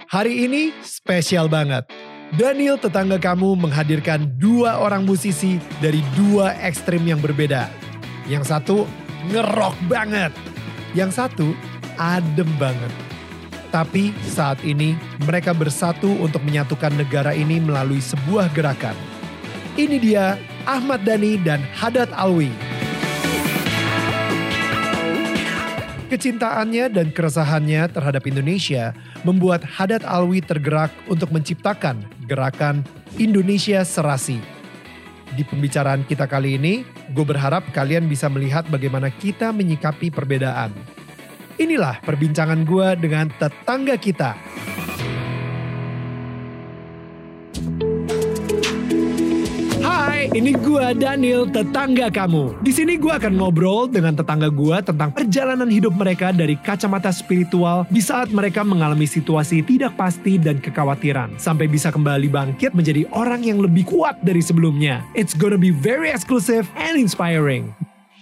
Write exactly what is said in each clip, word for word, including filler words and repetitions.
Hari ini spesial banget. Daniel tetangga kamu menghadirkan dua orang musisi dari dua ekstrim yang berbeda. Yang satu ngerok banget, yang satu adem banget. Tapi saat ini mereka bersatu untuk menyatukan negara ini melalui sebuah gerakan. Ini dia Ahmad Dhani dan Haddad Alwi. Kecintaannya dan keresahannya terhadap Indonesia membuat Haddad Alwi tergerak untuk menciptakan gerakan Indonesia Serasi. Di pembicaraan kita kali ini, gue berharap kalian bisa melihat bagaimana kita menyikapi perbedaan. Inilah perbincangan gue dengan tetangga kita. Hai, ini gue Daniel, tetangga kamu. Di sini gue akan ngobrol dengan tetangga gue tentang perjalanan hidup mereka dari kacamata spiritual di saat mereka mengalami situasi tidak pasti dan kekhawatiran, sampai bisa kembali bangkit menjadi orang yang lebih kuat dari sebelumnya. It's gonna be very exclusive and inspiring.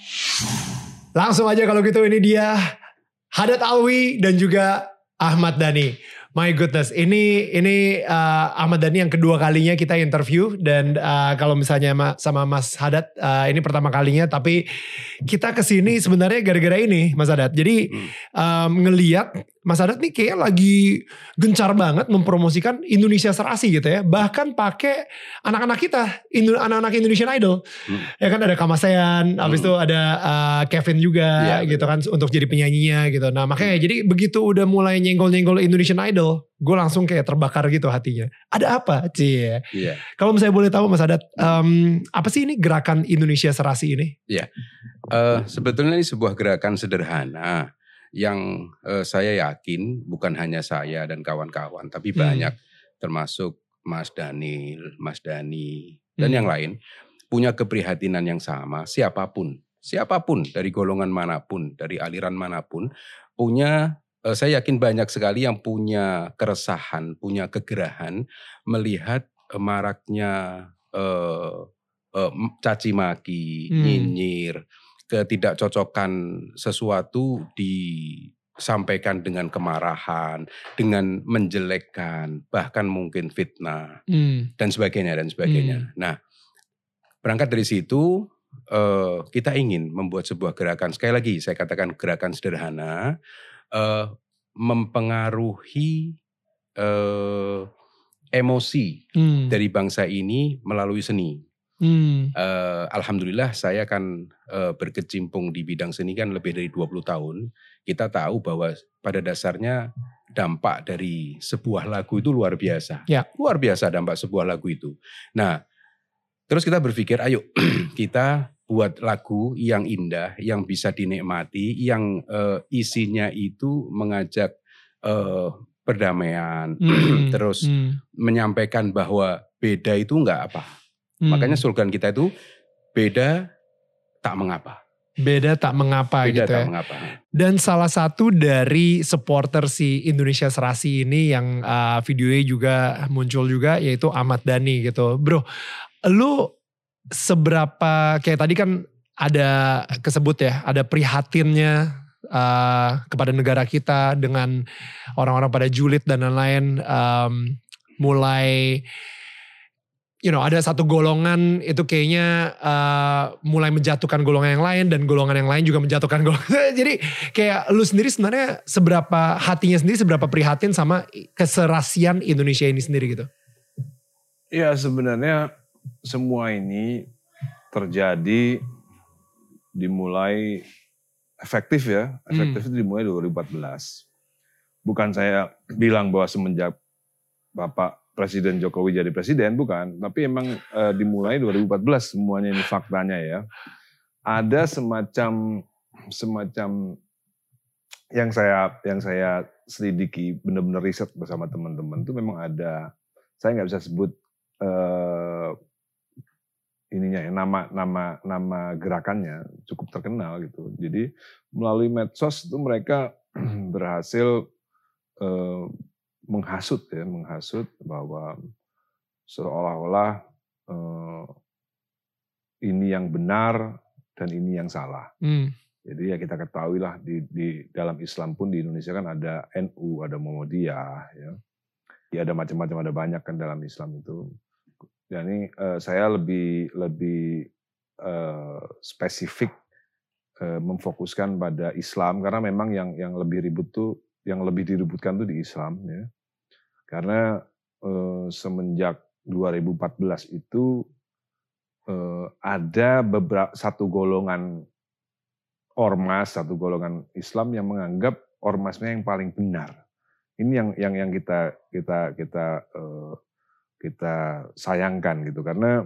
Langsung aja kalau gitu, ini dia Haddad Alwi dan juga Ahmad Dhani. My goodness, ini ini uh, Ahmad Dhani yang kedua kalinya kita interview, dan uh, kalau misalnya ma- sama Mas Haddad uh, ini pertama kalinya, tapi kita kesini sebenarnya gara-gara ini Mas Haddad. Jadi um, ngelihat Mas Haddad nih kayak lagi gencar banget mempromosikan Indonesia Serasi gitu ya, bahkan pakai anak-anak kita, Indo- anak-anak Indonesian Idol. Hmm. Ya kan ada Kamasean, habis itu hmm. ada uh, Kevin juga ya, gitu kan untuk jadi penyanyinya gitu. Nah makanya hmm. jadi begitu udah mulai nyenggol-nyenggol Indonesian Idol, gue langsung kayak terbakar gitu hatinya. Ada apa? Cie. Yeah. Kalau misalnya boleh tahu Mas Haddad, um, apa sih ini gerakan Indonesia Serasi ini? Iya, yeah. uh, sebetulnya ini sebuah gerakan sederhana yang uh, saya yakin bukan hanya saya dan kawan-kawan, tapi hmm. banyak termasuk Mas Daniel, Mas Dhani, dan hmm. yang lain punya keprihatinan yang sama. Siapapun, siapapun dari golongan manapun, dari aliran manapun, punya. Saya yakin banyak sekali yang punya keresahan, punya kegerahan melihat maraknya uh, uh, caci maki, hmm. nyinyir, ketidakcocokan sesuatu disampaikan dengan kemarahan, dengan menjelekkan, bahkan mungkin fitnah, hmm. dan sebagainya dan sebagainya. Hmm. Nah, berangkat dari situ uh, kita ingin membuat sebuah gerakan. Sekali lagi saya katakan gerakan sederhana. Uh, mempengaruhi uh, emosi hmm. dari bangsa ini melalui seni. Hmm. Uh, Alhamdulillah saya kan uh, berkecimpung di bidang seni kan lebih dari dua puluh tahun. Kita tahu bahwa pada dasarnya dampak dari sebuah lagu itu luar biasa. Ya. Luar biasa dampak sebuah lagu itu. Nah, terus kita berpikir ayo kita buat lagu yang indah, yang bisa dinikmati, yang uh, isinya itu mengajak uh, perdamaian, mm, terus mm. menyampaikan bahwa beda itu enggak apa. Mm. Makanya slogan kita itu beda tak mengapa. Beda tak mengapa beda gitu tak ya. Mengapa. Dan salah satu dari supporter si Indonesia Serasi ini yang uh, videonya juga muncul juga, yaitu Ahmad Dhani gitu. Bro, lu seberapa, kayak tadi kan ada kesebut ya, ada prihatinnya uh, kepada negara kita dengan orang-orang pada julid dan lain-lain, um, mulai you know ada satu golongan itu kayaknya uh, mulai menjatuhkan golongan yang lain, dan golongan yang lain juga menjatuhkan golongan. Jadi kayak lu sendiri sebenarnya seberapa hatinya sendiri, seberapa prihatin sama keserasian Indonesia ini sendiri gitu? Ya sebenarnya semua ini terjadi dimulai efektif ya, efektif hmm. itu dimulai dua ribu empat belas. Bukan saya bilang bahwa semenjak Bapak Presiden Jokowi jadi presiden, bukan. Tapi emang e, dimulai dua ribu empat belas semuanya ini faktanya ya. Ada semacam semacam yang saya yang saya selidiki, benar-benar riset bersama teman-teman itu memang ada. Saya nggak bisa sebut e, ininya ya, nama nama nama gerakannya cukup terkenal gitu. Jadi melalui medsos itu mereka berhasil eh, menghasut ya, menghasut bahwa seolah-olah eh, ini yang benar dan ini yang salah. Hmm. Jadi ya kita ketahui lah di, di dalam Islam pun di Indonesia kan ada N U, ada Muhammadiyah ya. Ya ada macam-macam, ada banyak kan dalam Islam itu. Jadi uh, saya lebih lebih uh, spesifik uh, memfokuskan pada Islam karena memang yang yang lebih ribut tuh, yang lebih diributkan tuh di Islam ya. Karena uh, semenjak dua ribu empat belas itu uh, ada beberapa satu golongan ormas, satu golongan Islam yang menganggap ormasnya yang paling benar. Ini yang yang yang kita kita kita uh, kita sayangkan gitu karena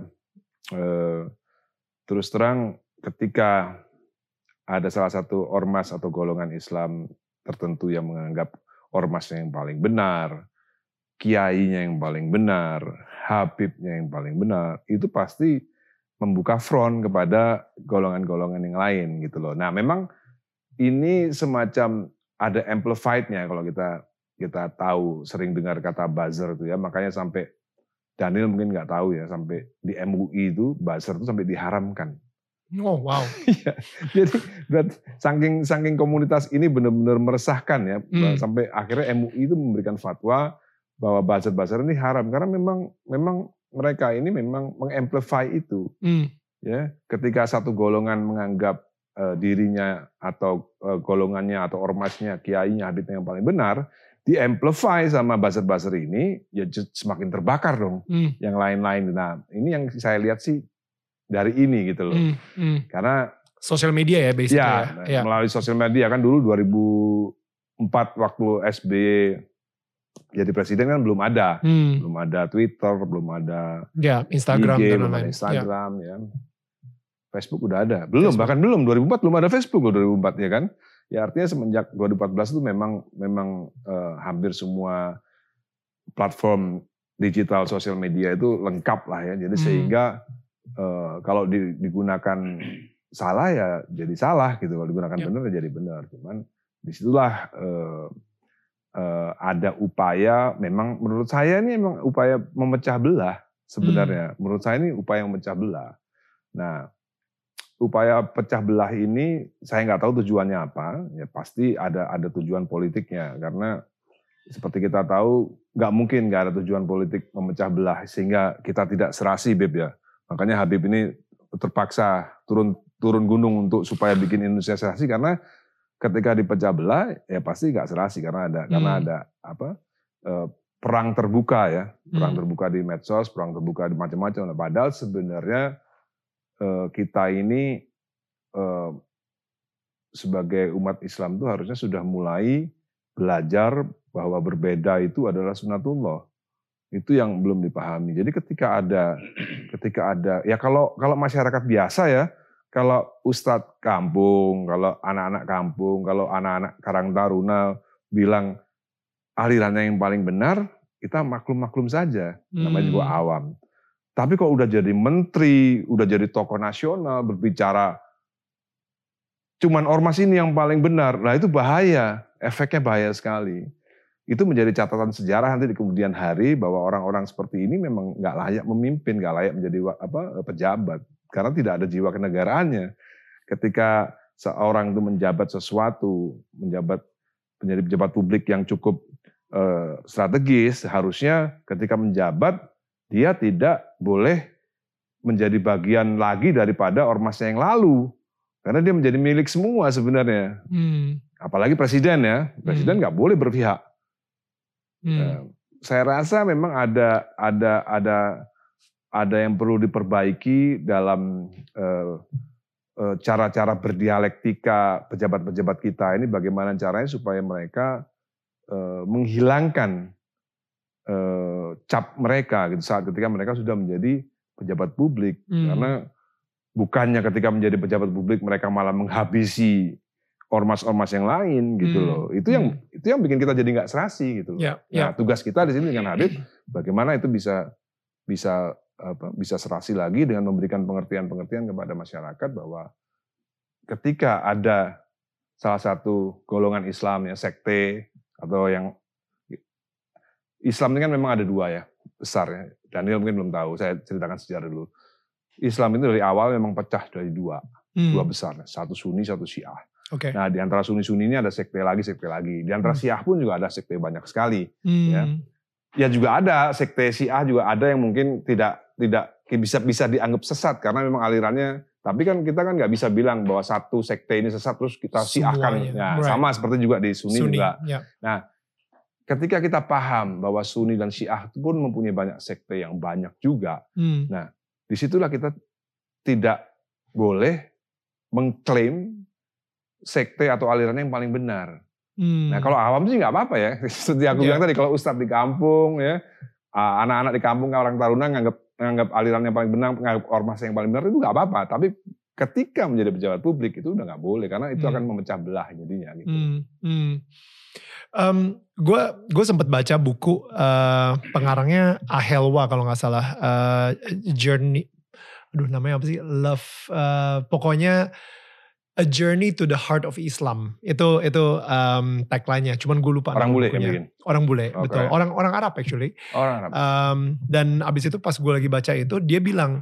eh, terus terang ketika ada salah satu ormas atau golongan Islam tertentu yang menganggap ormasnya yang paling benar, kiainya yang paling benar, habibnya yang paling benar, itu pasti membuka front kepada golongan-golongan yang lain gitu loh. Nah memang ini semacam ada amplified-nya kalau kita kita tahu, sering dengar kata buzzer itu ya, makanya sampai Daniel mungkin nggak tahu ya, sampai di M U I itu buzzer itu sampai diharamkan. Oh wow. Jadi saking saking komunitas ini benar-benar meresahkan ya, hmm. sampai akhirnya M U I itu memberikan fatwa bahwa buzzer-buzzer ini haram karena memang memang mereka ini memang mengamplify itu. Hmm. Ya, ketika satu golongan menganggap uh, dirinya atau uh, golongannya atau ormasnya, kiainya, habibnya yang paling benar, di-amplify sama buzzer-buzzer ini, ya semakin terbakar dong hmm. yang lain-lain. Nah ini yang saya lihat sih dari ini gitu loh. Hmm. Hmm. Karena sosial media ya basically ya. ya. ya. Melalui sosial media kan dulu dua ribu empat waktu S B Y jadi presiden kan belum ada. Hmm. Belum ada Twitter, belum ada ya, Instagram I G, dan belum lain-lain. ada Instagram ya. ya. Facebook udah ada. Belum, Facebook. Bahkan belum. dua ribu empat belum ada Facebook loh dua ribu empat ya kan. Ya artinya semenjak dua ribu empat belas itu memang memang uh, hampir semua platform digital sosial media itu lengkap lah ya. Jadi hmm. sehingga uh, kalau di, digunakan salah ya jadi salah gitu. Kalau digunakan ya. benar ya jadi benar. Cuman disitulah uh, uh, ada upaya, memang menurut saya ini memang upaya memecah belah sebenarnya. Hmm. Menurut saya ini upaya memecah belah. Nah, upaya pecah belah ini saya nggak tahu tujuannya apa, ya pasti ada ada tujuan politiknya karena seperti kita tahu nggak mungkin nggak ada tujuan politik memecah belah sehingga kita tidak serasi Beb ya. Makanya Habib ini terpaksa turun turun gunung untuk supaya bikin Indonesia serasi karena ketika dipecah belah ya pasti nggak serasi karena ada hmm. karena ada apa eh, perang terbuka ya, perang hmm. terbuka di medsos, perang terbuka di macam-macam. Padahal sebenarnya kita ini eh, sebagai umat Islam itu harusnya sudah mulai belajar bahwa berbeda itu adalah sunatullah. Itu yang belum dipahami. Jadi ketika ada ketika ada ya kalau kalau masyarakat biasa ya, kalau ustadz kampung, kalau anak-anak kampung, kalau anak-anak Karang Taruna bilang alirannya yang paling benar, kita maklum-maklum saja. Namanya juga awam. Tapi kalau udah jadi menteri, udah jadi tokoh nasional, berbicara cuman ormas ini yang paling benar, nah itu bahaya, efeknya bahaya sekali. Itu menjadi catatan sejarah nanti di kemudian hari bahwa orang-orang seperti ini memang nggak layak memimpin, nggak layak menjadi apa pejabat, karena tidak ada jiwa kenegaraannya. Ketika seorang itu menjabat sesuatu, menjabat menjadi pejabat publik yang cukup eh, strategis, harusnya ketika menjabat dia tidak boleh menjadi bagian lagi daripada ormasnya yang lalu. Karena dia menjadi milik semua sebenarnya. Hmm. Apalagi presiden ya. Presiden nggak hmm. boleh berpihak. Hmm. Nah, saya rasa memang ada ada ada ada yang perlu diperbaiki dalam uh, uh, cara-cara berdialektika pejabat-pejabat kita ini. Bagaimana caranya supaya mereka uh, menghilangkan Uh, cap mereka gitu saat ketika mereka sudah menjadi pejabat publik hmm. karena bukannya ketika menjadi pejabat publik mereka malah menghabisi ormas-ormas yang lain gitu hmm. loh itu yang hmm. itu yang bikin kita jadi nggak serasi gitu loh. Ya, nah ya. Tugas kita di sini dengan Habib bagaimana itu bisa bisa apa bisa serasi lagi dengan memberikan pengertian-pengertian kepada masyarakat bahwa ketika ada salah satu golongan Islam ya sekte atau yang Islam ini kan memang ada dua ya, besar ya. Daniel mungkin belum tahu, saya ceritakan sejarah dulu. Islam itu dari awal memang pecah dari dua, hmm. dua besar. Satu Sunni, satu Syiah. Okay. Nah di antara Sunni-Sunni ini ada sekte lagi, sekte lagi. Di antara hmm. Syiah pun juga ada sekte banyak sekali. Hmm. Ya. ya juga ada sekte Syiah juga ada yang mungkin tidak tidak bisa bisa dianggap sesat karena memang alirannya. Tapi kan kita kan nggak bisa bilang bahwa satu sekte ini sesat terus kita Syiahkan. Ya, right. Sama seperti juga di Sunni, Sunni juga. Yeah. Nah, ketika kita paham bahwa Sunni dan Syiah pun mempunyai banyak sekte yang banyak juga. Hmm. Nah, disitulah kita tidak boleh mengklaim sekte atau aliran yang paling benar. Hmm. Nah kalau awam sih nggak apa-apa ya. Seperti aku yeah. bilang tadi, kalau ustadz di kampung ya, anak-anak di kampung, orang taruna nganggap nganggap aliran yang paling benar, nganggap ormas yang paling benar itu nggak apa-apa. Tapi ketika menjadi pejabat publik itu udah nggak boleh karena itu hmm. akan memecah belah jadinya. Gitu. Hmm. Hmm. Um, gue gue sempat baca buku uh, pengarangnya Ahelwa kalau nggak salah, uh, Journey, aduh namanya apa sih, Love, uh, pokoknya A Journey to the Heart of Islam. Itu itu um, tagline-nya. Cuman gue lupa. Orang bule yang bikin. Orang bule, okay. Betul. Orang orang Arab actually. Orang Arab. Um, dan abis itu pas gue lagi baca itu, dia bilang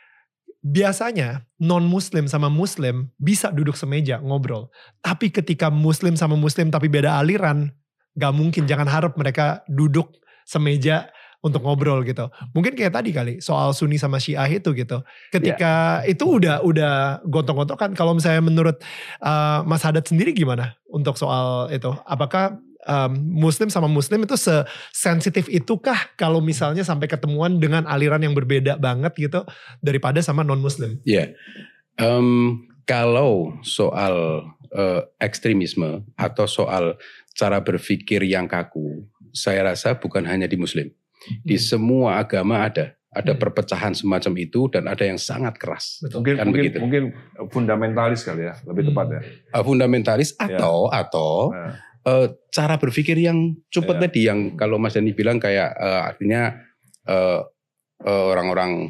biasanya non-Muslim sama Muslim bisa duduk semeja ngobrol. Tapi ketika Muslim sama Muslim tapi beda aliran, gak mungkin, jangan harap mereka duduk semeja untuk ngobrol gitu. Mungkin kayak tadi kali soal Sunni sama Syiah itu gitu. Ketika yeah. itu udah udah gontok-gontokan. Kalau misalnya menurut uh, Mas Haddad sendiri gimana untuk soal itu? Apakah um, Muslim sama Muslim itu sesensitif itukah kalau misalnya sampai ketemuan dengan aliran yang berbeda banget gitu daripada sama non-Muslim? Iya. Yeah. Um, kalau soal uh, ekstremisme atau soal cara berpikir yang kaku, saya rasa bukan hanya di Muslim. Di semua agama ada, ada hmm. perpecahan semacam itu dan ada yang sangat keras. Betul. Mungkin, kan mungkin, mungkin fundamentalis kali ya, lebih hmm. tepat ya. Uh, fundamentalis atau ya. atau nah. uh, cara berpikir yang cepat ya. Tadi, yang kalau Mas Dani bilang kayak uh, artinya uh, uh, orang-orang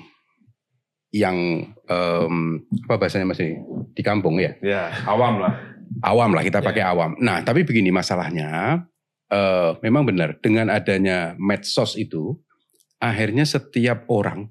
yang um, apa bahasanya Mas ini di kampung ya? Ya, awam lah. Awam lah, kita pakai ya. awam. Nah, tapi begini masalahnya. Uh, memang benar, dengan adanya medsos itu, akhirnya setiap orang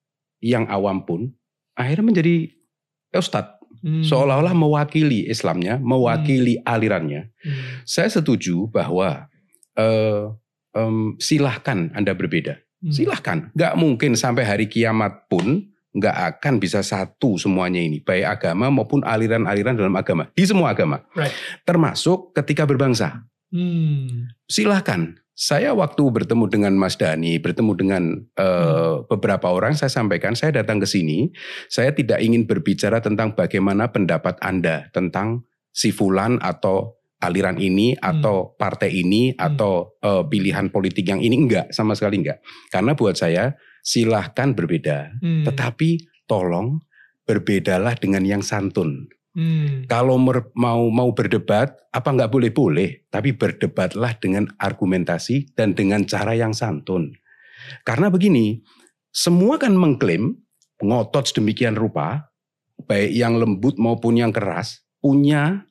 yang awam pun akhirnya menjadi ustadz, hmm. seolah-olah mewakili Islamnya, mewakili hmm. alirannya. Hmm. Saya setuju bahwa uh, um, silahkan Anda berbeda, hmm. silahkan. Gak mungkin sampai hari kiamat pun gak akan bisa satu semuanya ini, baik agama maupun aliran-aliran dalam agama, di semua agama, right. termasuk ketika berbangsa. Hmm. Silahkan. Saya waktu bertemu dengan Mas Dhani, bertemu dengan uh, hmm. beberapa orang, saya sampaikan saya datang ke sini, saya tidak ingin berbicara tentang bagaimana pendapat Anda tentang si fulan atau aliran ini atau hmm. partai ini hmm. atau uh, pilihan politik yang ini, enggak, sama sekali enggak. Karena buat saya silahkan berbeda, hmm. tetapi tolong berbedalah dengan yang santun. Hmm. Kalau mau mau berdebat, apa nggak boleh boleh, tapi berdebatlah dengan argumentasi dan dengan cara yang santun. Karena begini, semua kan mengklaim ngotot sedemikian rupa, baik yang lembut maupun yang keras, punya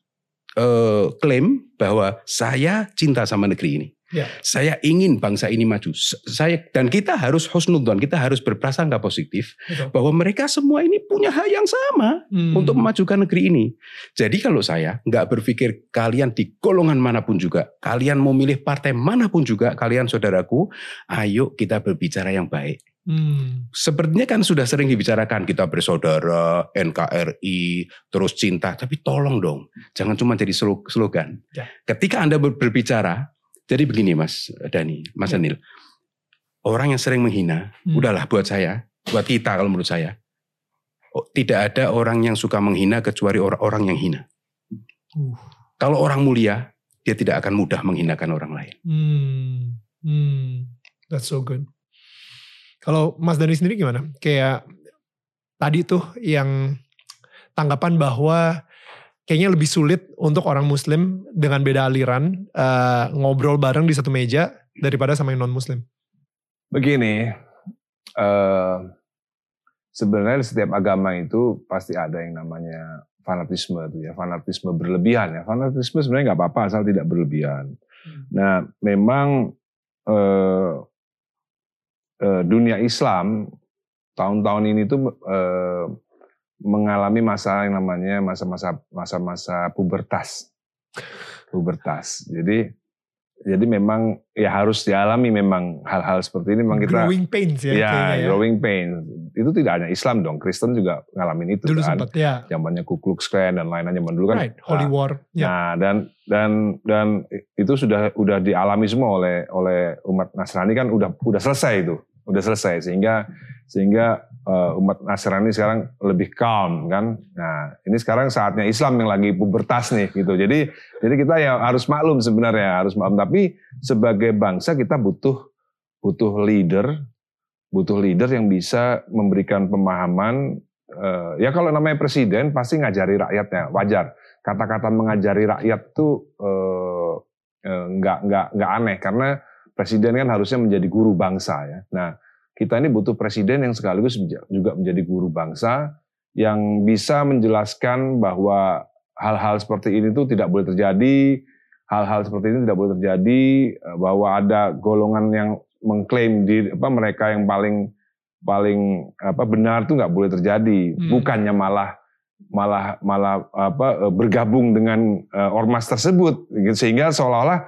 eh, klaim bahwa saya cinta sama negeri ini. Ya. Saya ingin bangsa ini maju. Saya dan kita harus husnudzon, kita harus berprasangka positif. Betul. Bahwa mereka semua ini punya hak yang sama hmm. untuk memajukan negeri ini. Jadi kalau saya nggak berpikir kalian di golongan manapun juga, kalian mau milih partai manapun juga, kalian saudaraku, ayo kita berbicara yang baik. Hmm. Sepertinya kan sudah sering dibicarakan kita bersaudara, N K R I, terus cinta. Tapi tolong dong, jangan cuma jadi slogan. Ya. Ketika Anda berbicara. Jadi begini Mas Dhani, Mas Anil, orang yang sering menghina, hmm. udahlah buat saya, buat kita kalau menurut saya, oh, tidak ada orang yang suka menghina kecuali orang-orang yang hina. Uh. Kalau orang mulia, dia tidak akan mudah menghinakan orang lain. Hmm. Hmm. That's so good. Kalau Mas Dhani sendiri gimana? Kayak tadi tuh yang tanggapan bahwa kayaknya lebih sulit untuk orang Muslim dengan beda aliran uh, ngobrol bareng di satu meja daripada sama yang non Muslim. Begini, uh, sebenarnya setiap agama itu pasti ada yang namanya fanatisme itu ya, fanatisme berlebihan ya. Fanatisme sebenarnya nggak apa-apa asal tidak berlebihan. Hmm. Nah, memang uh, uh, dunia Islam tahun-tahun ini tuh uh, mengalami masa yang namanya masa-masa masa-masa pubertas. Pubertas. Jadi jadi memang ya harus dialami memang hal-hal seperti ini. Memang kita growing pains ya. Ya, ya. growing pains. Itu tidak hanya Islam dong, Kristen juga ngalamin itu dulu kan. Sempat, ya. Zamannya Ku Klux Klan dan lain-lain zaman dulu kan. Right, Holy nah, War. Ya. Nah, dan dan dan itu sudah udah dialami semua oleh oleh umat Nasrani kan udah udah selesai itu. Udah selesai sehingga sehingga uh, umat Nasrani sekarang lebih calm kan. Nah, ini sekarang saatnya Islam yang lagi pubertas nih gitu. Jadi jadi kita ya harus maklum sebenarnya, harus maklum. Tapi sebagai bangsa kita butuh butuh leader, butuh leader yang bisa memberikan pemahaman. Uh, ya kalau namanya presiden pasti ngajari rakyatnya, wajar. Kata-kata mengajari rakyat tuh uh, uh, nggak nggak nggak aneh karena presiden kan harusnya menjadi guru bangsa ya. Nah, kita ini butuh presiden yang sekaligus juga menjadi guru bangsa yang bisa menjelaskan bahwa hal-hal seperti ini tuh tidak boleh terjadi, hal-hal seperti ini tidak boleh terjadi, bahwa ada golongan yang mengklaim di apa mereka yang paling paling apa benar tuh nggak boleh terjadi, hmm. bukannya malah malah malah apa bergabung dengan uh, ormas tersebut sehingga seolah-olah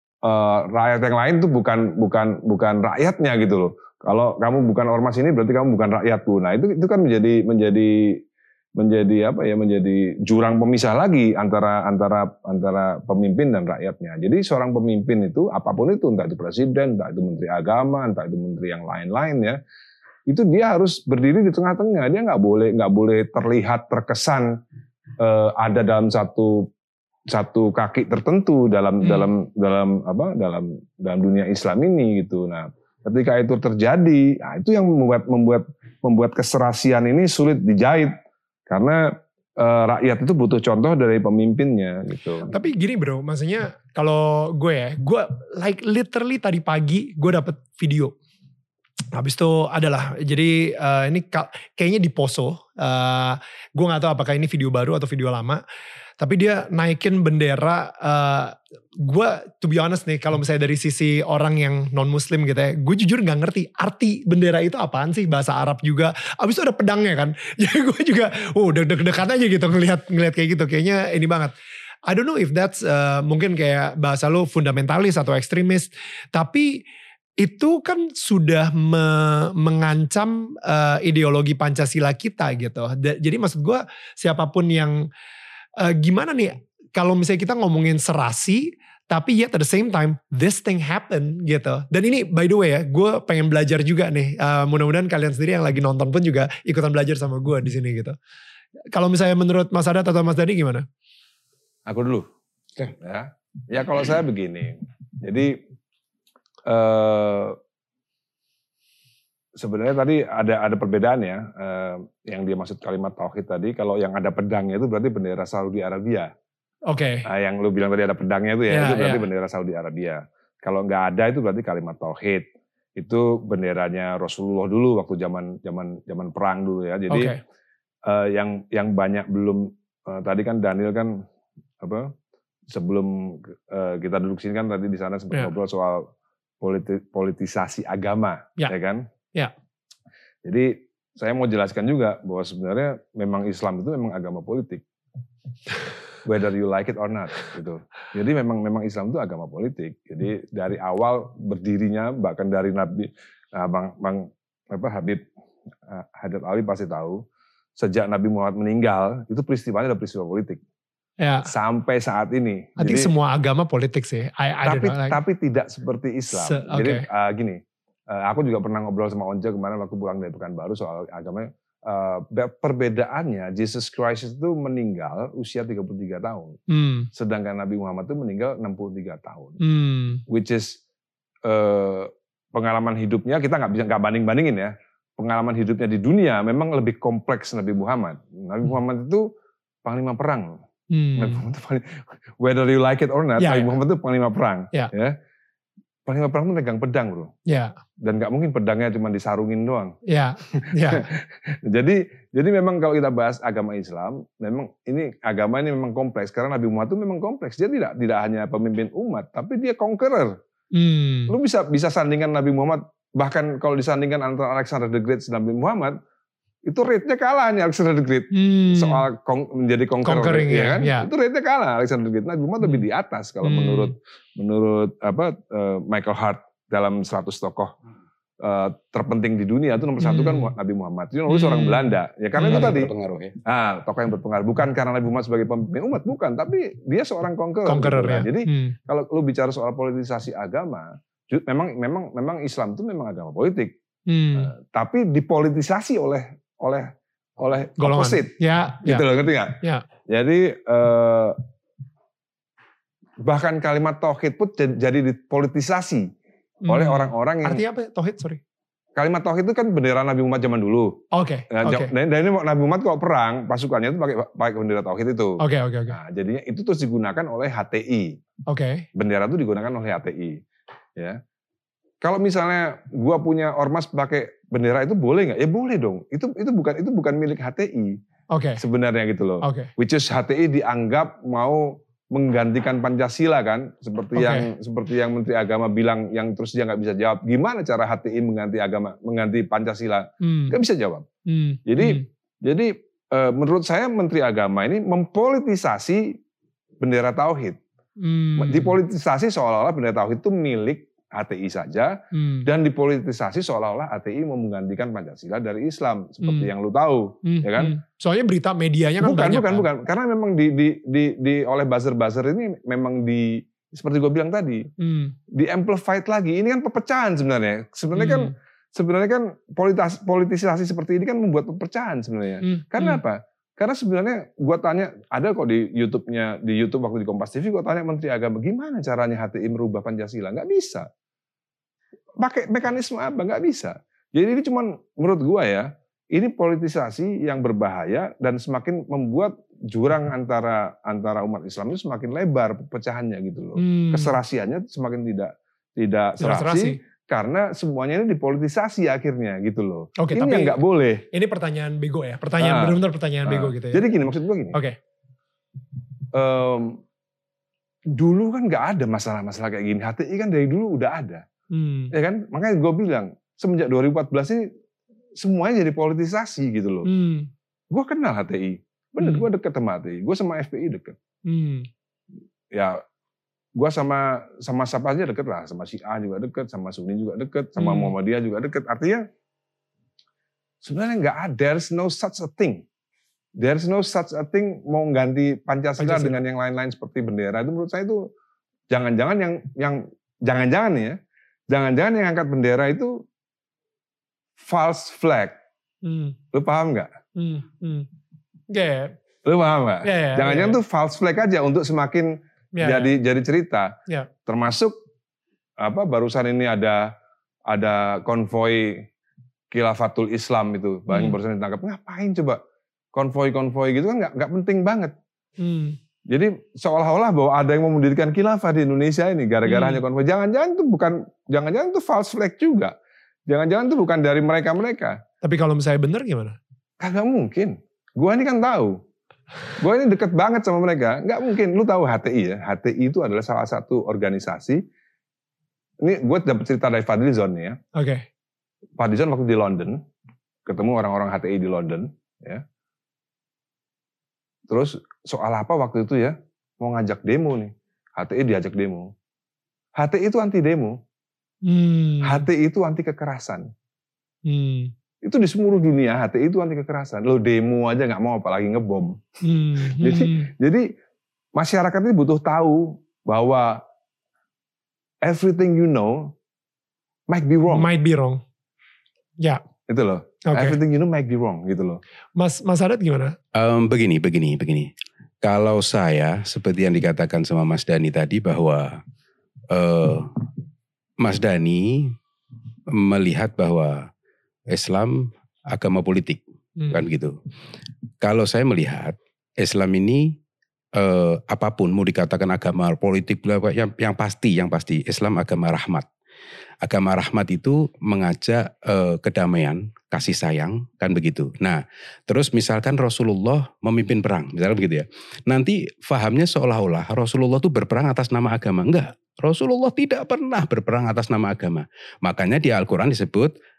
uh, rakyat yang lain tuh bukan bukan bukan rakyatnya gitu loh. Kalau kamu bukan ormas ini berarti kamu bukan rakyatku. Nah itu itu kan menjadi menjadi menjadi apa ya menjadi jurang pemisah lagi antara antara antara pemimpin dan rakyatnya. Jadi seorang pemimpin itu apapun itu, entah itu presiden, entah itu menteri agama, entah itu menteri yang lain-lain ya, itu dia harus berdiri di tengah-tengah. Dia nggak boleh nggak boleh terlihat terkesan eh, ada dalam satu satu kaki tertentu dalam hmm. dalam dalam apa dalam dalam dunia Islam ini gitu. Nah ketika itu terjadi, nah itu yang membuat membuat membuat keserasian ini sulit dijahit karena e, rakyat itu butuh contoh dari pemimpinnya gitu. Tapi gini bro, maksudnya kalau gue ya, gue like literally tadi pagi gue dapet video. Habis itu adalah, jadi uh, ini kayaknya di Poso, uh, gue nggak tahu apakah ini video baru atau video lama. Tapi dia naikin bendera, uh, gue to be honest nih, kalau misalnya dari sisi orang yang non muslim gitu ya, gue jujur gak ngerti arti bendera itu apaan sih, bahasa Arab juga. Abis itu ada pedangnya kan, jadi gue juga, oh deg-degan aja gitu ngelihat ngelihat kayak gitu, kayaknya ini banget. I don't know if that's uh, mungkin kayak bahasa lo fundamentalis atau ekstremis, tapi itu kan sudah me, mengancam uh, ideologi Pancasila kita gitu. Jadi maksud gue siapapun yang Uh, gimana nih kalau misalnya kita ngomongin serasi tapi yet at the same time this thing happen gitu. Dan ini by the way ya, gue pengen belajar juga nih, uh, mudah-mudahan kalian sendiri yang lagi nonton pun juga ikutan belajar sama gue di sini gitu. Kalau misalnya menurut Mas Adat atau Mas Dani gimana? Aku dulu. Okay. Ya, ya kalau saya begini, jadi uh, sebenarnya tadi ada ada perbedaan ya, eh, yang dia maksud kalimat tauhid tadi. Kalau yang ada pedangnya itu berarti bendera Saudi Arabia. Oke. Okay. Nah, yang lu bilang tadi ada pedangnya itu ya, yeah, itu berarti yeah. bendera Saudi Arabia. Kalau nggak ada itu berarti kalimat tauhid. Itu benderanya Rasulullah dulu waktu zaman zaman zaman perang dulu ya. Jadi okay. eh, yang yang banyak belum eh, tadi kan Daniel kan apa sebelum eh, kita duduk sini kan tadi di sana sempat yeah. ngobrol soal politi, politisasi agama, yeah. ya kan? Ya. Jadi saya mau jelaskan juga bahwa sebenarnya memang Islam itu memang agama politik. Whether you like it or not gitu. Jadi memang memang Islam itu agama politik. Jadi dari awal berdirinya bahkan dari Nabi nah Bang Bang apa Habib Haddad Ali pasti tahu, sejak Nabi Muhammad meninggal itu peristiwanya adalah peristiwa politik. Ya. Sampai saat ini. I think Jadi, semua agama politik sih. I, I tapi don't know, like, tapi tidak seperti Islam. Se, okay. Jadi uh, gini. Uh, aku juga pernah ngobrol sama Once kemarin waktu pulang dari Pekanbaru soal agamanya. Uh, perbedaannya, Jesus Christ itu meninggal usia tiga puluh tiga tahun. Hmm. Sedangkan Nabi Muhammad itu meninggal enam puluh tiga tahun. Hmm. Which is uh, pengalaman hidupnya, kita nggak bisa nggak banding-bandingin ya. Pengalaman hidupnya di dunia memang lebih kompleks Nabi Muhammad. Nabi Muhammad itu panglima perang. Hmm. Nabi Muhammad itu paling, whether you like it or not, yeah, Nabi yeah. Muhammad itu panglima perang. Yeah. Ya. Panglima perang itu megang pedang bro. Ya. Dan nggak mungkin pedangnya cuma disarungin doang. Ya. Ya. jadi jadi memang kalau kita bahas agama Islam, memang ini agama ini memang kompleks. Karena Nabi Muhammad itu memang kompleks. Dia tidak tidak hanya pemimpin umat, tapi dia conqueror. Hmm. Lu bisa bisa sandingkan Nabi Muhammad, bahkan kalau disandingkan antara Alexander the Great dan Nabi Muhammad, itu rate-nya kalah nih Alexander the Great. Hmm. Soal kong, menjadi conqueror, Conquering, ya ya, kan? ya. Itu rate-nya kalah Alexander the Great. Nabi Muhammad lebih di atas kalau Hmm. menurut menurut apa uh, Michael Hart dalam seratus tokoh uh, terpenting di dunia itu nomor satu kan Hmm. Nabi Muhammad. Itu nulis Hmm. orang Belanda. Ya karena Hmm. itu tadi. Berpengaruh ya. Ah, tokoh yang berpengaruh. Bukan karena Nabi Muhammad sebagai pemimpin umat, bukan. Tapi dia seorang conqueror. Conqueror gitu kan. ya. Jadi Hmm. kalau lu bicara soal politisasi agama, ju- memang memang memang Islam itu memang agama politik. Hmm. Uh, tapi dipolitisasi oleh oleh oleh Golongan. opposite. Ya, Gitu ya. loh, ngerti nggak? Ya. Jadi eh, bahkan kalimat tauhid pun jadi dipolitisasi Hmm. oleh orang-orang yang Artinya apa? Tauhid, sorry. kalimat tauhid itu kan bendera Nabi Muhammad zaman dulu. Oke, Nah, oke. ja- dan, dan ini Nabi Muhammad kalau perang pasukannya itu pakai pakai bendera tauhid itu. Oke, oke, oke. Nah, jadinya itu terus digunakan oleh H T I. Oke. Bendera itu digunakan oleh H T I. Ya. Kalau misalnya gua punya ormas pakai bendera itu boleh nggak? Ya boleh dong. Itu itu bukan itu bukan milik H T I Oke. sebenarnya gitu loh. Oke. Which is H T I dianggap mau menggantikan Pancasila kan, seperti Oke. yang seperti yang Menteri Agama bilang, yang terus dia nggak bisa jawab. Gimana cara H T I mengganti agama, mengganti Pancasila? Hmm. Nggak bisa jawab. Hmm. Jadi Hmm. jadi eh, menurut saya Menteri Agama ini mempolitisasi bendera tauhid, Hmm. dipolitisasi seolah-olah bendera tauhid itu milik H T I saja, Hmm. dan dipolitisasi seolah-olah H T I mau menggantikan Pancasila dari Islam, seperti Hmm. yang lu tahu, Hmm. ya kan? Hmm. Soalnya berita medianya kan Bukan, banyak bukan, kan? bukan. Karena memang di, di, di, di oleh buzzer-buzzer ini memang di, seperti gue bilang tadi, Hmm. di amplified lagi. Ini kan perpecahan sebenarnya. Sebenarnya kan, Hmm. sebenarnya kan politis, politisasi seperti ini kan membuat perpecahan sebenarnya. Hmm. Karena Hmm. apa? Karena sebenarnya gue tanya, ada kok di YouTube-nya, di YouTube waktu di Kompas T V, gue tanya Menteri Agama, gimana caranya H T I merubah Pancasila? Nggak bisa. Pakai mekanisme apa? Nggak bisa. Jadi ini cuman menurut gue ya, ini politisasi yang berbahaya dan semakin membuat jurang antara antara umat Islam itu semakin lebar pecahannya gitu loh. Hmm. Keserasiannya semakin tidak tidak Tidak serasi, serasi. karena semuanya ini dipolitisasi akhirnya gitu loh. Oke, ini tapi yang nggak boleh. ini pertanyaan bego ya, pertanyaan Ah. benar-benar pertanyaan Ah. bego gitu ya. Jadi gini, maksud gue gini. Oke. Em, dulu kan nggak ada masalah-masalah kayak gini. H T I kan dari dulu udah ada. Hmm. Ya kan? Makanya gue bilang, semenjak dua ribu empat belas ini semuanya jadi politisasi gitu loh. Hmm. Gue kenal H T I. Bener, Hmm. gue deket sama H T I. Gue sama F P I deket. Hmm. Ya, gue sama sama siapa aja deket lah. Sama Syiah juga deket, sama Sunni juga deket, sama Hmm. Muhammadiyah juga deket. Artinya sebenarnya nggak ada. There's no such a thing. There's no such a thing mau ganti Pancasila, Pancasila. dengan yang lain-lain seperti bendera. Itu menurut saya itu jangan-jangan yang yang jangan-jangan nih ya. Jangan-jangan yang angkat bendera itu false flag. Hmm. Lu paham nggak? Hmm. Hmm. Oke. Lu paham nggak? Ya, ya, Jangan-jangan ya. tuh false flag aja untuk semakin Ya, jadi jadi cerita. Ya. Termasuk apa barusan ini ada ada konvoi Khilafatul Islam itu, Hmm. banyak barusan ditangkap. Ngapain coba konvoi-konvoi gitu kan nggak nggak penting banget. Hmm. Jadi seolah-olah bahwa ada yang mau mendirikan khilafah di Indonesia ini gara-gara Hmm. hanya konvoi. Jangan-jangan itu bukan, jangan-jangan itu false flag juga. Jangan-jangan itu bukan dari mereka-mereka. Tapi kalau misalnya benar gimana? Kagak mungkin. Gua ini kan tahu. Gua ini deket banget sama mereka. Nggak mungkin. Lu tahu H T I ya? H T I itu adalah salah satu organisasi. Ini gue dapet cerita dari Fadlizon nih ya. Oke. Fadlizon waktu di London, ketemu orang-orang H T I di London. Ya. Terus soal apa waktu itu ya? Mau ngajak demo nih. H T I diajak demo. H T I itu anti demo. Hmm. H T I itu anti kekerasan. Hmm. Itu di seluruh dunia H T I itu anti kekerasan. Lo demo aja nggak mau apalagi ngebom. Hmm. Jadi Hmm. jadi masyarakat ini butuh tahu bahwa everything you know might be wrong. Might be wrong. Ya. Itu loh. Oke. Everything you know might be wrong gitu loh. Mas Mas Adat gimana? Um, begini, begini, begini. Kalau saya seperti yang dikatakan sama Mas Dani tadi bahwa uh, Mas Dani melihat bahwa Islam agama politik, Hmm. kan gitu. Kalau saya melihat Islam ini uh, apapun mau dikatakan agama politik, yang, yang pasti, yang pasti Islam agama rahmat. Agama rahmat itu mengajak uh, kedamaian, kasih sayang, kan begitu. Nah, terus misalkan Rasulullah memimpin perang, misalnya begitu ya. Nanti fahamnya seolah-olah Rasulullah itu berperang atas nama agama. Enggak, Rasulullah tidak pernah berperang atas nama agama. Makanya di Al-Quran disebut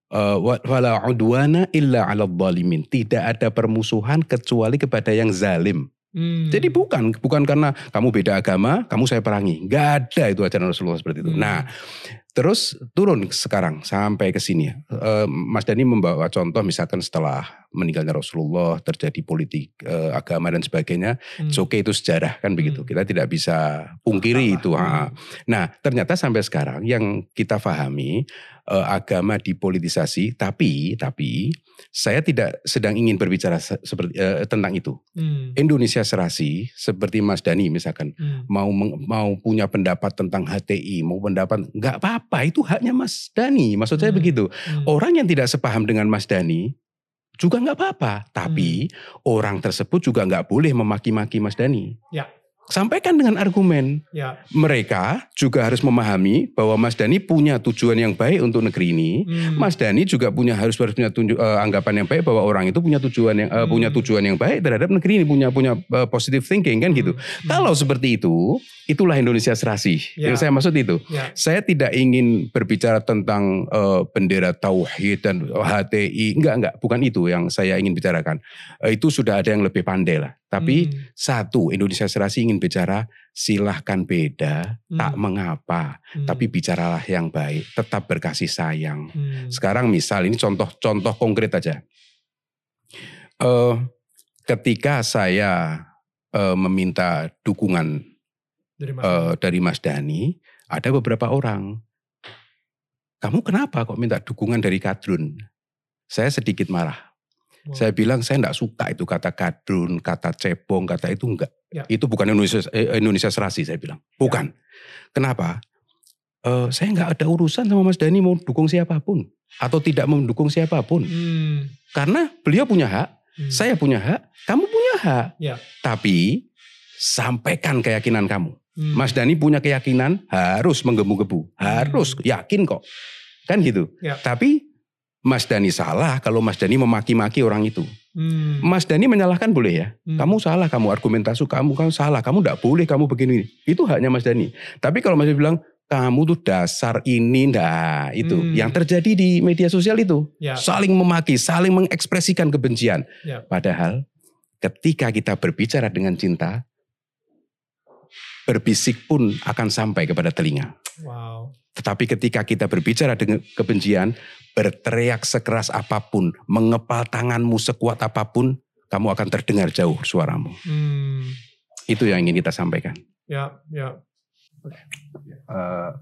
Uh, wala udwana illa 'alal zalimin. Tidak ada permusuhan kecuali kepada yang zalim. Hmm. Jadi bukan bukan karena kamu beda agama, kamu saya perangi. Enggak ada itu ajaran Rasulullah seperti itu. Hmm. Nah, terus turun sekarang sampai ke sini. Uh, Mas Dhani membawa contoh misalkan setelah meninggalnya Rasulullah terjadi politik uh, agama dan sebagainya. Hmm. Oke, itu sejarah kan begitu. Hmm. Kita tidak bisa pungkiri itu. Hmm. Nah, ternyata sampai sekarang yang kita pahami uh, agama dipolitisasi, tapi tapi saya tidak sedang ingin berbicara se- seperti uh, tentang itu. Hmm. Indonesia serasi seperti Mas Dhani misalkan hmm. mau mau punya pendapat tentang H T I, mau pendapat nggak apa-apa, itu haknya Mas Dhani. Maksud saya hmm. begitu. Hmm. Orang yang tidak sepaham dengan Mas Dhani juga nggak apa-apa, tapi hmm. orang tersebut juga nggak boleh memaki-maki Mas Dhani. Ya. Sampaikan dengan argumen. Ya. Mereka juga harus memahami bahwa Mas Dhani punya tujuan yang baik untuk negeri ini. Hmm. Mas Dhani juga punya harus punya tunjuk, uh, anggapan yang baik bahwa orang itu punya tujuan yang uh, hmm. punya tujuan yang baik terhadap negeri ini, punya punya uh, positive thinking kan gitu. Hmm. Kalau seperti itu, itulah Indonesia serasi. Ya. Yang saya maksud itu. Ya. Saya tidak ingin berbicara tentang uh, bendera tauhid dan H T I, enggak enggak, bukan itu yang saya ingin bicarakan. Uh, itu sudah ada yang lebih pandai lah. Tapi hmm. satu, Indonesia serasi ingin bicara silahkan beda, hmm. tak mengapa. Hmm. Tapi bicaralah yang baik, tetap berkasih sayang. Hmm. Sekarang misal, ini contoh-contoh konkret aja. Uh, ketika saya uh, meminta dukungan dari Mas, uh, dari Mas Dhani, ada beberapa orang. Kamu kenapa kok minta dukungan dari kadrun? Saya sedikit marah. Wow. Saya bilang saya enggak suka itu kata kadrun, kata cebong, kata itu enggak. Ya. Itu bukan Indonesia, eh, Indonesia serasi saya bilang. Bukan. Ya. Kenapa? Uh, saya enggak ada urusan sama Mas Dhani mau dukung siapapun. Atau tidak mendukung siapapun. Hmm. Karena beliau punya hak, hmm. saya punya hak, kamu punya hak. Ya. Tapi sampaikan keyakinan kamu. Hmm. Mas Dhani punya keyakinan harus menggebu-gebu. Harus, hmm. yakin kok. Kan gitu. Ya. Tapi Mas Dhani salah kalau Mas Dhani memaki-maki orang itu. Hmm. Mas Dhani menyalahkan boleh ya. Hmm. Kamu salah, kamu argumentasi, kamu kamu salah, kamu tidak boleh, kamu begini. Itu haknya Mas Dhani. Tapi kalau Mas Dhani bilang, kamu tuh dasar ini, nah itu. Hmm. Yang terjadi di media sosial itu. Ya. Saling memaki, saling mengekspresikan kebencian. Ya. Padahal ketika kita berbicara dengan cinta, berbisik pun akan sampai kepada telinga. Wow. Tetapi ketika kita berbicara dengan kebencian, berteriak sekeras apapun, mengepal tanganmu sekuat apapun, kamu akan terdengar jauh suaramu. Hmm. Itu yang ingin kita sampaikan. Ya, ya. Uh,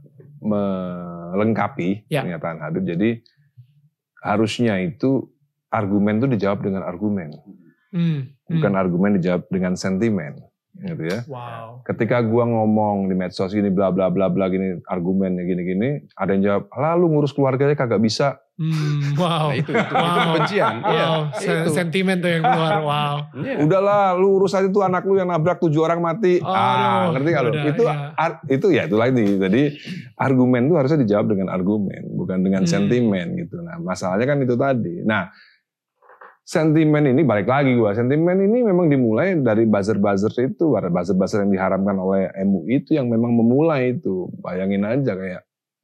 melengkapi ya. Pernyataan Habib. Jadi harusnya itu argumen itu dijawab dengan argumen, hmm. bukan hmm. argumen dijawab dengan sentimen. Gitu ya. Wow. Ketika gua ngomong di medsos gini bla bla bla bla gini argumennya gini-gini, ada yang jawab, "Lalu ngurus keluarganya kagak bisa." Hmm, wow. Nah, itu itu, wow. itu kebencian. Wow. Ya, itu. Sentimen tuh yang keluar. Wow. Yeah. Udahlah, lu urus aja tuh anak lu yang nabrak tujuh orang mati. Oh, ah, ngerti enggak lu? Itu ya. Ar, itu ya itu lagi. Jadi argumen tuh harusnya dijawab dengan argumen, bukan dengan hmm. sentimen gitu. Nah, masalahnya kan itu tadi. Nah, sentimen ini balik lagi gua. Sentimen ini memang dimulai dari buzzer-buzzer itu, ada buzzer-buzzer yang diharamkan oleh M U I itu yang memang memulai itu. Bayangin aja kayak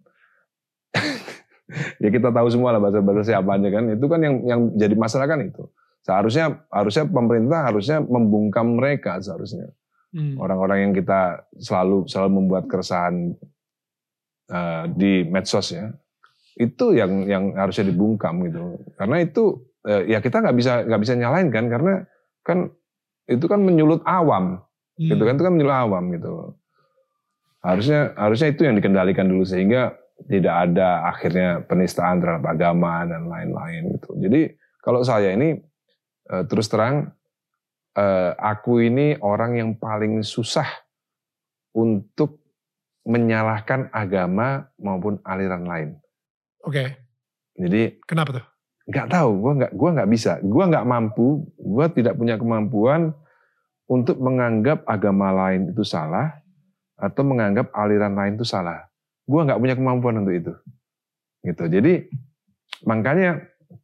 ya kita tahu semua lah buzzer-buzzer siapa aja kan. Itu kan yang yang jadi masalah kan itu. Seharusnya harusnya pemerintah harusnya membungkam mereka seharusnya. Hmm. Orang-orang yang kita selalu selalu membuat keresahan uh, di medsos ya. Itu yang yang harusnya dibungkam gitu. Karena itu ya kita nggak bisa nggak bisa nyalain kan, karena kan itu kan menyulut awam, hmm. gitu kan itu kan menyulut awam gitu. Harusnya harusnya itu yang dikendalikan dulu sehingga tidak ada akhirnya penistaan terhadap agama dan lain-lain gitu. Jadi kalau saya ini uh, terus terang uh, aku ini orang yang paling susah untuk menyalahkan agama maupun aliran lain. Oke. Okay. Jadi kenapa tuh? Gak tahu, gue nggak, gue nggak bisa, gue nggak mampu, gue tidak punya kemampuan untuk menganggap agama lain itu salah atau menganggap aliran lain itu salah. Gue nggak punya kemampuan untuk itu, gitu. Jadi makanya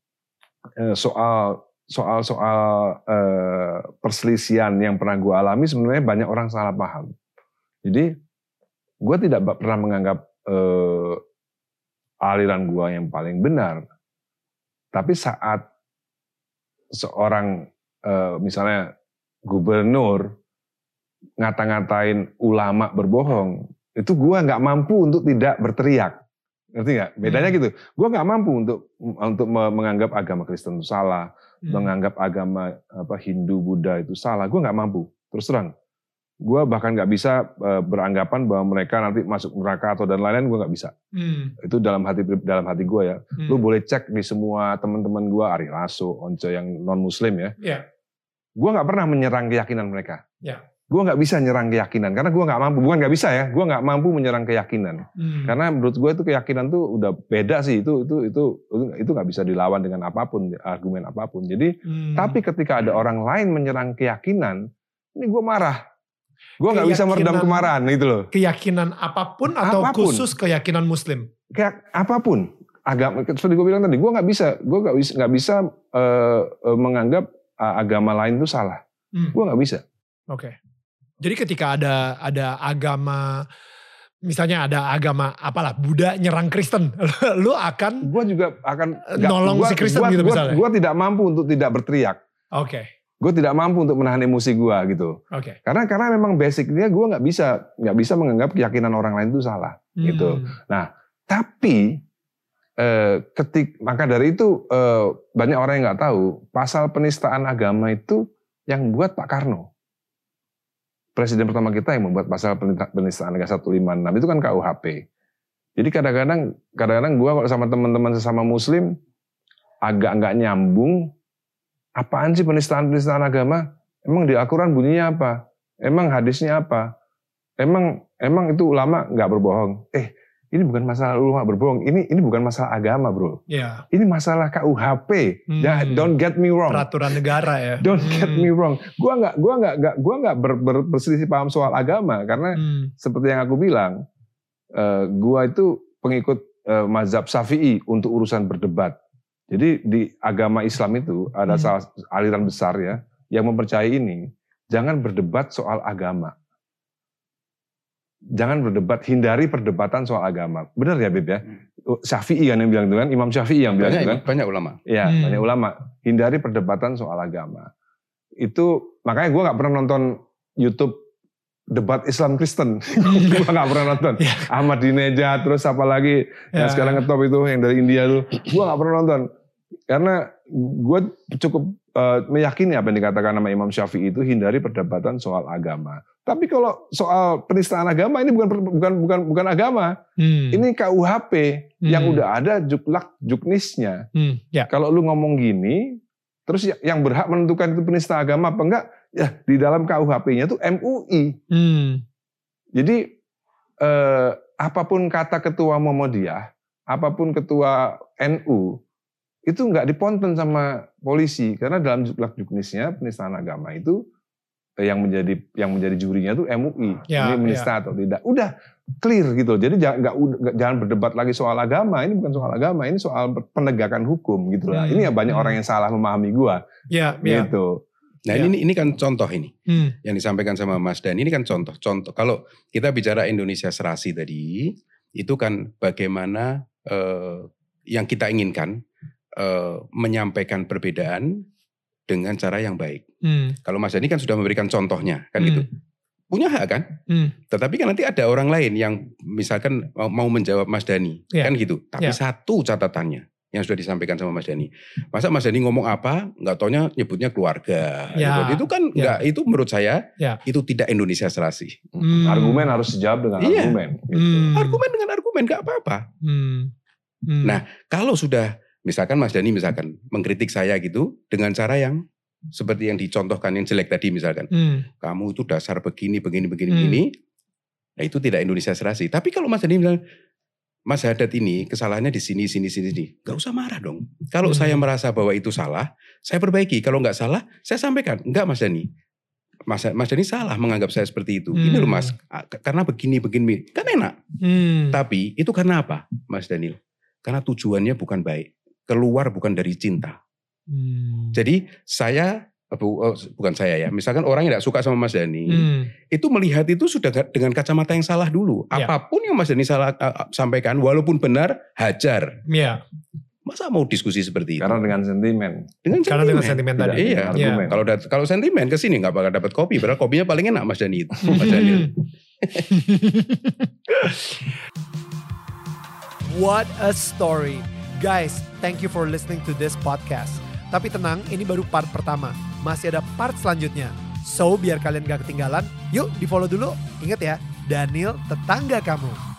soal soal soal eh, perselisihan yang pernah gue alami sebenarnya banyak orang salah paham. Jadi gue tidak pernah menganggap eh, aliran gue yang paling benar. Tapi saat seorang uh, misalnya gubernur ngata-ngatain ulama berbohong, itu gue nggak mampu untuk tidak berteriak, ngerti nggak? Bedanya hmm. gitu. Gue nggak mampu untuk untuk menganggap agama Kristen itu salah, hmm. menganggap agama apa Hindu, Buddha itu salah. Gue nggak mampu. Terus terang, gue bahkan nggak bisa uh, beranggapan bahwa mereka nanti masuk neraka atau dan lain-lain. Gue nggak bisa. Hmm. Itu dalam hati dalam hati gue ya. Hmm. Lu boleh cek di semua teman-teman gue, Ari Lasso, Once yang non Muslim ya. Yeah. Gue nggak pernah menyerang keyakinan mereka. Yeah. Gue nggak bisa nyerang keyakinan karena gue nggak mampu. Bukan nggak bisa ya, gue nggak mampu menyerang keyakinan. Hmm. Karena menurut gue itu keyakinan tuh udah beda sih. Itu itu itu itu nggak bisa dilawan dengan apapun, argumen apapun. Jadi, hmm. tapi ketika ada orang lain menyerang keyakinan, ini gue marah. Gue nggak bisa meredam kemarahan itu loh. Keyakinan apapun atau apapun. Khusus keyakinan Muslim? Kayak apapun. Agama. Seperti gue bilang tadi, gue nggak bisa, gue nggak bisa nggak bisa uh, uh, menganggap uh, agama lain itu salah. Hmm. Gue nggak bisa. Oke. Okay. Jadi ketika ada ada agama, misalnya ada agama apalah Buddha nyerang Kristen, lu akan gue juga akan nolong gua, si Kristen gua, gitu gua, misalnya. Gue tidak mampu untuk tidak berteriak. Oke. Okay. Gue tidak mampu untuk menahan emosi gue gitu. Oke. Okay. Karena karena memang basicnya gue nggak bisa nggak bisa menganggap keyakinan orang lain itu salah hmm. gitu. Nah tapi eh, ketik maka dari itu eh, banyak orang yang nggak tahu pasal penistaan agama itu yang buat Pak Karno. Presiden pertama kita yang membuat pasal penistaan agama seratus lima puluh enam itu kan K U H P. Jadi kadang-kadang kadang-kadang gue kalau sama teman-teman sesama Muslim agak nggak nyambung. Apaan sih penistaan-penistaan agama? Emang di Al-Quran bunyinya apa? Emang hadisnya apa? Emang emang itu ulama nggak berbohong? Eh ini bukan masalah ulama berbohong. Ini ini bukan masalah agama bro. Yeah. Ini masalah K U H P. Hmm. Ya, don't get me wrong. Peraturan negara ya. Don't hmm. get me wrong. Gua nggak gua nggak nggak gua nggak ber, ber, berselisih paham soal agama karena hmm. seperti yang aku bilang, uh, gua itu pengikut uh, mazhab Syafi'i untuk urusan berdebat. Jadi di agama Islam itu ada hmm. salah aliran besar ya yang mempercayai ini, jangan berdebat soal agama. Jangan berdebat, hindari perdebatan soal agama. Benar ya Beb ya? Syafi'i kan yang bilang itu kan, Imam Syafi'i yang bilang banyak, itu kan. Banyak ulama. Iya, hmm. banyak ulama. Hindari perdebatan soal agama. Itu makanya gue nggak pernah nonton YouTube debat Islam Kristen. Gue gak pernah nonton. Yeah. Ahmadinejad, terus apa lagi yeah. yang sekarang ngetop itu yang dari India tuh. Gue gak pernah nonton. Karena gue cukup uh, meyakini apa yang dikatakan sama Imam Syafi'i itu hindari perdebatan soal agama. Tapi kalau soal penistaan agama ini bukan bukan bukan bukan agama. Hmm. Ini K U H P hmm. yang udah ada juklak juknisnya. Hmm. Yeah. Kalau lu ngomong gini, terus yang berhak menentukan itu penista agama apa enggak? Ya di dalam K U H P-nya tuh M U I. Hmm. Jadi eh, apapun kata ketua Muhammadiyah, apapun ketua N U, itu nggak diponten sama polisi karena dalam juklak juknisnya penistaan agama itu eh, yang menjadi yang menjadi jurinya tuh M U I. Ya, ini menista ya. Atau tidak. Udah clear gitu. Jadi jangan nggak jangan berdebat lagi soal agama. Ini bukan soal agama, ini soal penegakan hukum gitu lah. Hmm. Ini ya banyak hmm. orang yang salah memahami gua. Ya, gitu. Nah ya. ini ini kan contoh ini hmm. yang disampaikan sama Mas Dan ini kan contoh-contoh. Kalau kita bicara Indonesia serasi tadi, itu kan bagaimana eh, yang kita inginkan eh, menyampaikan perbedaan dengan cara yang baik. Hmm. Kalau Mas Dan ini kan sudah memberikan contohnya, kan hmm. gitu. Punya hak kan? Hmm. Tetapi kan nanti ada orang lain yang misalkan mau, mau menjawab Mas Dani, yeah. kan gitu. Tapi yeah. satu catatannya yang sudah disampaikan sama Mas Dani. Masa Mas Dani ngomong apa, nggak taunya nyebutnya keluarga. Ya. Gitu. Itu kan ya. nggak, itu menurut saya ya. itu tidak Indonesia serasi. Hmm. Argumen harus dijawab dengan iya. argumen. Gitu. Hmm. Argumen dengan argumen, nggak apa-apa. Hmm. Hmm. Nah kalau sudah, misalkan Mas Dani misalkan mengkritik saya gitu dengan cara yang seperti yang dicontohkan yang jelek tadi misalkan, hmm. kamu itu dasar begini, begini, begini, hmm. begini. Nah itu tidak Indonesia serasi. Tapi kalau Mas Dani misalkan, Mas Haddad ini kesalahannya di sini, sini, sini, sini. Gak usah marah dong. Kalau hmm. saya merasa bahwa itu salah, saya perbaiki. Kalau gak salah, saya sampaikan. Enggak Mas Dani. Mas, Mas Dani salah menganggap saya seperti itu. Hmm. Ini loh Mas, karena begini, begini. Kan enak. Hmm. Tapi itu karena apa Mas Daniel? Karena tujuannya bukan baik. Keluar bukan dari cinta. Hmm. Jadi saya... Bu, oh, bukan saya ya, misalkan orang yang tidak suka sama Mas Dani, hmm. itu melihat itu sudah dengan kacamata yang salah dulu. Ya. Apapun yang Mas Dani salah uh, sampaikan, walaupun benar, hajar. Ya. Masa mau diskusi seperti itu? Karena dengan sentimen. Dengan Karena dengan sentimen Tidak tadi. Iya. argumen. Kalau dat- kalau sentimen ke sini nggak bakal dapat kopi, padahal kopinya paling enak Mas Dani itu. Mas Daniel. What a story. Guys, thank you for listening to this podcast. Tapi tenang, ini baru part pertama. Masih ada part selanjutnya. So, biar kalian gak ketinggalan, yuk di follow dulu. Ingat ya, Daniel tetangga kamu.